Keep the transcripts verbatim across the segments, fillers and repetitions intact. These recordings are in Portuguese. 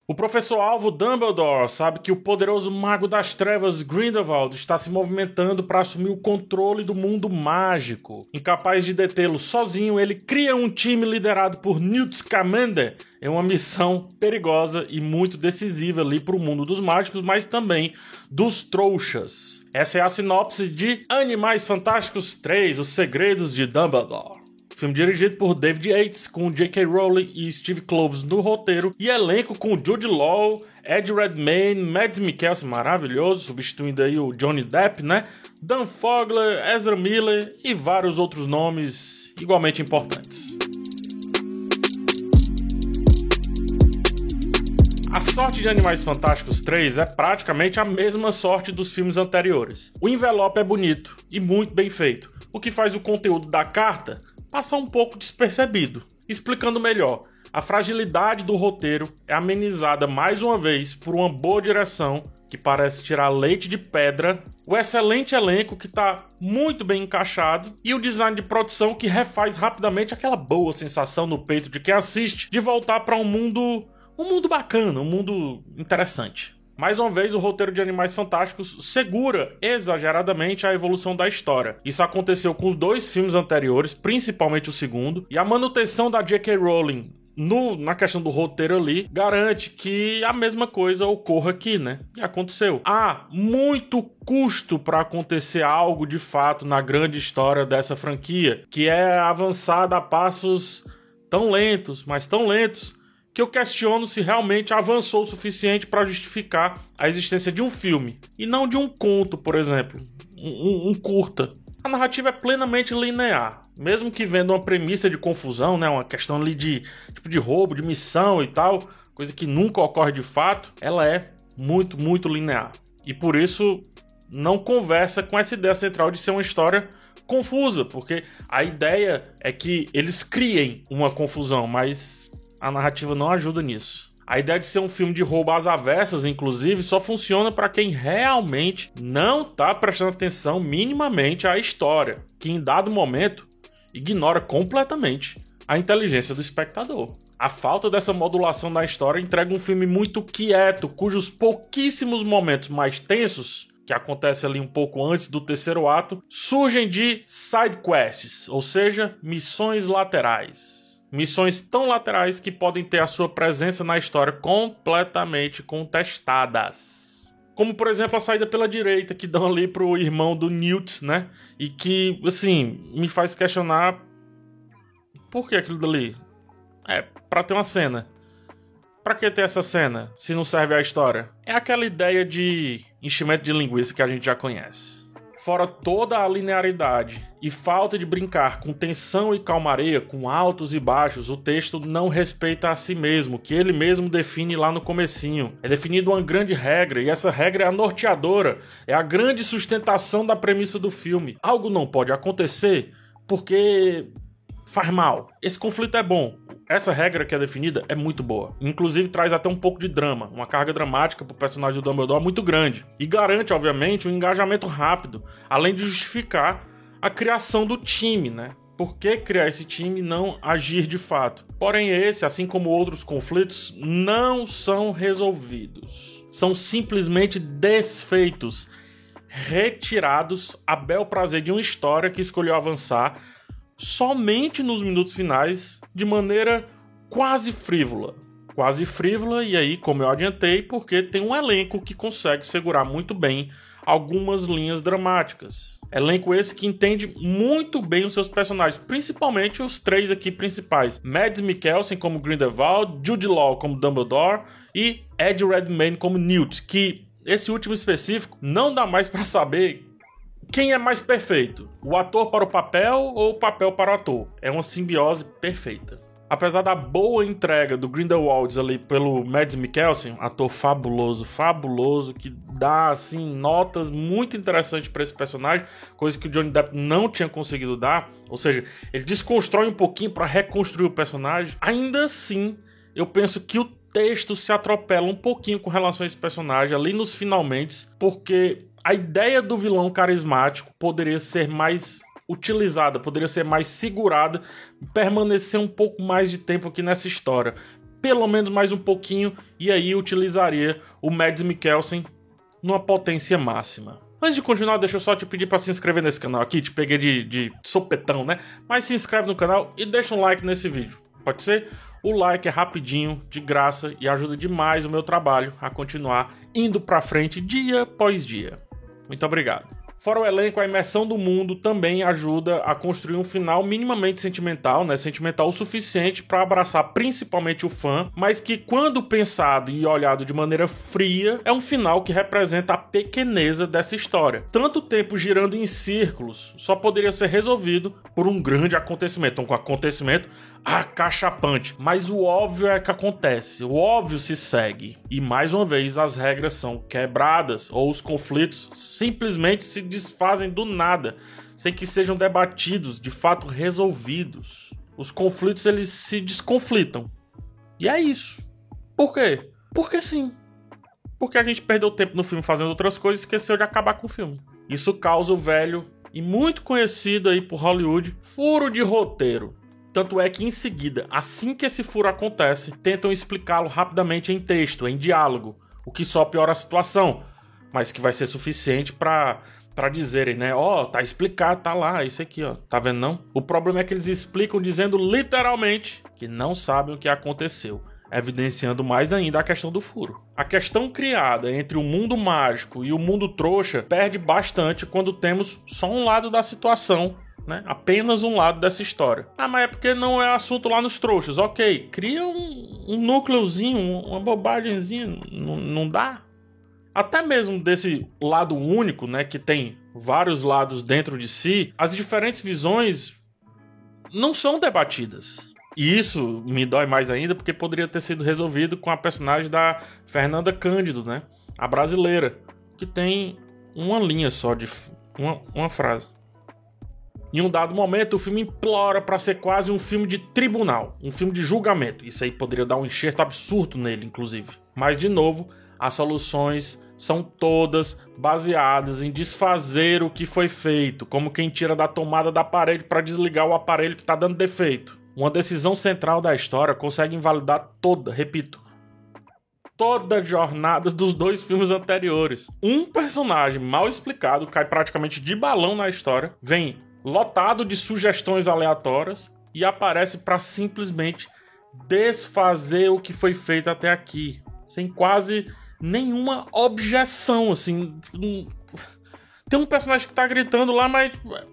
O professor-alvo Dumbledore sabe que o poderoso mago das trevas Grindelwald está se movimentando para assumir o controle do mundo mágico. Incapaz de detê-lo sozinho, ele cria um time liderado por Newt Scamander em uma missão perigosa e muito decisiva ali para o mundo dos mágicos, mas também dos trouxas. Essa é a sinopse de Animais Fantásticos três, Os Segredos de Dumbledore. Filme dirigido por David Yates, com J K. Rowling e Steve Kloves no roteiro, e elenco com Jude Law, Ed Redmayne, Mads Mikkelsen, maravilhoso, substituindo aí o Johnny Depp, né? Dan Fogler, Ezra Miller e vários outros nomes igualmente importantes. A sorte de Animais Fantásticos três é praticamente a mesma sorte dos filmes anteriores. O envelope é bonito e muito bem feito, o que faz o conteúdo da carta passar um pouco despercebido. Explicando melhor, a fragilidade do roteiro é amenizada mais uma vez por uma boa direção que parece tirar leite de pedra, o excelente elenco que está muito bem encaixado e o design de produção que refaz rapidamente aquela boa sensação no peito de quem assiste de voltar para um mundo, um mundo bacana, um mundo interessante. Mais uma vez, o roteiro de Animais Fantásticos segura exageradamente a evolução da história. Isso aconteceu com os dois filmes anteriores, principalmente o segundo, e a manutenção da J K. Rowling no, na questão do roteiro ali garante que a mesma coisa ocorra aqui, né? E aconteceu. Há muito custo para acontecer algo de fato na grande história dessa franquia, que é avançada a passos tão lentos, mas tão lentos, que eu questiono se realmente avançou o suficiente para justificar a existência de um filme, e não de um conto, por exemplo, um, um, um curta. A narrativa é plenamente linear, mesmo que vendo uma premissa de confusão, né, uma questão ali de, tipo, de roubo, de missão e tal, coisa que nunca ocorre de fato, ela é muito, muito linear. E por isso não conversa com essa ideia central de ser uma história confusa, porque a ideia é que eles criem uma confusão, mas a narrativa não ajuda nisso. A ideia de ser um filme de roubo às avessas, inclusive, só funciona para quem realmente não tá prestando atenção minimamente à história, que em dado momento ignora completamente a inteligência do espectador. A falta dessa modulação na história entrega um filme muito quieto, cujos pouquíssimos momentos mais tensos, que acontece ali um pouco antes do terceiro ato, surgem de side quests, ou seja, missões laterais. Missões tão laterais que podem ter a sua presença na história completamente contestadas. Como, por exemplo, a saída pela direita que dão ali pro irmão do Newt, né? E que, assim, me faz questionar por que aquilo dali? É, pra ter uma cena. Pra que ter essa cena, se não serve à história? É aquela ideia de enchimento de linguiça que a gente já conhece. Fora toda a linearidade e falta de brincar com tensão e calmaria, com altos e baixos, o texto não respeita a si mesmo, que ele mesmo define lá no comecinho. É definida uma grande regra, e essa regra é a norteadora, é a grande sustentação da premissa do filme. Algo não pode acontecer porque faz mal. Esse conflito é bom. Essa regra que é definida é muito boa. Inclusive traz até um pouco de drama, uma carga dramática pro personagem do Dumbledore muito grande. E garante, obviamente, um engajamento rápido, além de justificar a criação do time, né? Por que criar esse time e não agir de fato? Porém, esse, assim como outros conflitos, não são resolvidos. São simplesmente desfeitos, retirados a bel prazer de uma história que escolheu avançar somente nos minutos finais, de maneira quase frívola. Quase frívola, e aí, como eu adiantei, porque tem um elenco que consegue segurar muito bem algumas linhas dramáticas. Elenco esse que entende muito bem os seus personagens, principalmente os três aqui principais. Mads Mikkelsen como Grindelwald, Jude Law como Dumbledore e Ed Redmayne como Newt, que esse último específico não dá mais pra saber quem é mais perfeito, o ator para o papel ou o papel para o ator. É uma simbiose perfeita. Apesar da boa entrega do Grindelwald ali pelo Mads Mikkelsen, ator fabuloso, fabuloso, que dá assim notas muito interessantes para esse personagem, coisa que o Johnny Depp não tinha conseguido dar, ou seja, ele desconstrói um pouquinho para reconstruir o personagem. Ainda assim, eu penso que o texto se atropela um pouquinho com relação a esse personagem ali nos finalmente, porque a ideia do vilão carismático poderia ser mais utilizada, poderia ser mais segurada, permanecer um pouco mais de tempo aqui nessa história. pelo menos mais um pouquinho, e aí utilizaria o Mads Mikkelsen numa potência máxima. Antes de continuar, deixa eu só te pedir para se inscrever nesse canal aqui, te peguei de, de sopetão, né? Mas se inscreve no canal e deixa um like nesse vídeo, pode ser? O like é rapidinho, de graça e ajuda demais o meu trabalho a continuar indo pra frente dia após dia. Muito obrigado. Fora o elenco, a imersão do mundo também ajuda a construir um final minimamente sentimental, né? Sentimental o suficiente para abraçar principalmente o fã, mas que quando pensado e olhado de maneira fria, é um final que representa a pequeneza dessa história. Tanto tempo girando em círculos só poderia ser resolvido por um grande acontecimento. Então, com acontecimento acachapante. Mas o óbvio é que acontece, o óbvio se segue. E mais uma vez as regras são quebradas, ou os conflitos simplesmente se desfazem do nada, sem que sejam debatidos, de fato resolvidos. Os conflitos eles se desconflitam. E é isso. Por quê? Porque sim. Porque a gente perdeu tempo no filme fazendo outras coisas e esqueceu de acabar com o filme. Isso causa o velho e muito conhecido aí por Hollywood furo de roteiro. Tanto é que em seguida, assim que esse furo acontece, tentam explicá-lo rapidamente em texto, em diálogo, o que só piora a situação, mas que vai ser suficiente para para dizerem, né, ó, oh, tá explicado, tá lá, isso aqui, ó, tá vendo não? O problema é que eles explicam dizendo literalmente que não sabem o que aconteceu, evidenciando mais ainda a questão do furo. A questão criada entre o mundo mágico e o mundo trouxa perde bastante quando temos só um lado da situação, né? Apenas um lado dessa história. Ah, mas é porque não é assunto lá nos trouxas. Ok, cria um, um núcleozinho, uma bobagemzinha, não, não dá? Até mesmo desse lado único, né, que tem vários lados dentro de si, as diferentes visões não são debatidas. E isso me dói mais ainda porque poderia ter sido resolvido com a personagem da Fernanda Cândido, né? A brasileira, que tem uma linha só de... uma, uma frase. Em um dado momento, o filme implora para ser quase um filme de tribunal, um filme de julgamento. Isso aí poderia dar um enxerto absurdo nele, inclusive. Mas, de novo, as soluções são todas baseadas em desfazer o que foi feito, como quem tira da tomada da parede para desligar o aparelho que está dando defeito. Uma decisão central da história consegue invalidar toda, repito, toda a jornada dos dois filmes anteriores. Um personagem mal explicado cai praticamente de balão na história, vem lotado de sugestões aleatórias e aparece para simplesmente desfazer o que foi feito até aqui, sem quase nenhuma objeção, assim. Tem um personagem que tá gritando lá, mas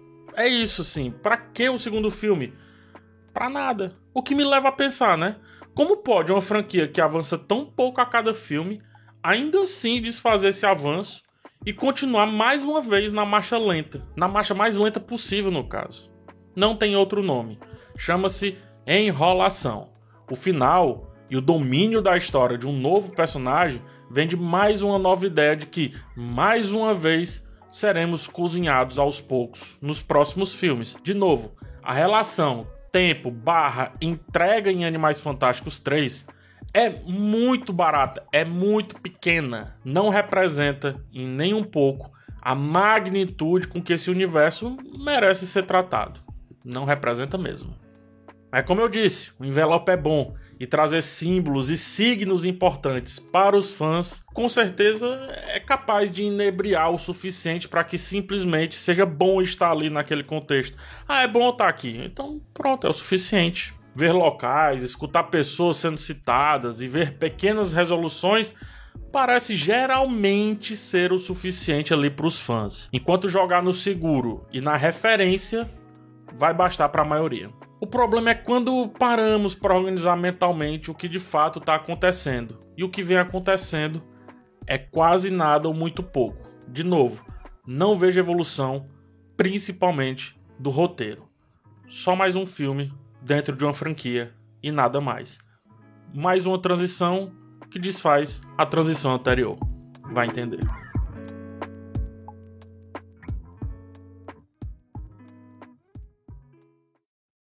é isso, assim. Pra que o segundo filme? Pra nada. O que me leva a pensar, né? Como pode uma franquia que avança tão pouco a cada filme ainda assim desfazer esse avanço e continuar mais uma vez na marcha lenta, na marcha mais lenta possível, no caso? Não tem outro nome. Chama-se enrolação. O final e o domínio da história de um novo personagem vem de mais uma nova ideia de que, mais uma vez, seremos cozinhados aos poucos nos próximos filmes. De novo, a relação tempo barra entrega em Animais Fantásticos três é muito barata, é muito pequena. Não representa, em nem um pouco, a magnitude com que esse universo merece ser tratado. Não representa mesmo. Mas como eu disse, o envelope é bom. E trazer símbolos e signos importantes para os fãs, com certeza é capaz de inebriar o suficiente para que simplesmente seja bom estar ali naquele contexto. Ah, é bom estar aqui. Então pronto, é o suficiente. Ver locais, escutar pessoas sendo citadas e ver pequenas resoluções parece geralmente ser o suficiente ali para os fãs. Enquanto jogar no seguro e na referência, vai bastar para a maioria. O problema é quando paramos para organizar mentalmente o que de fato está acontecendo. E o que vem acontecendo é quase nada ou muito pouco. De novo, não vejo evolução, principalmente do roteiro. Só mais um filme dentro de uma franquia e nada mais. Mais uma transição que desfaz a transição anterior. Vai entender.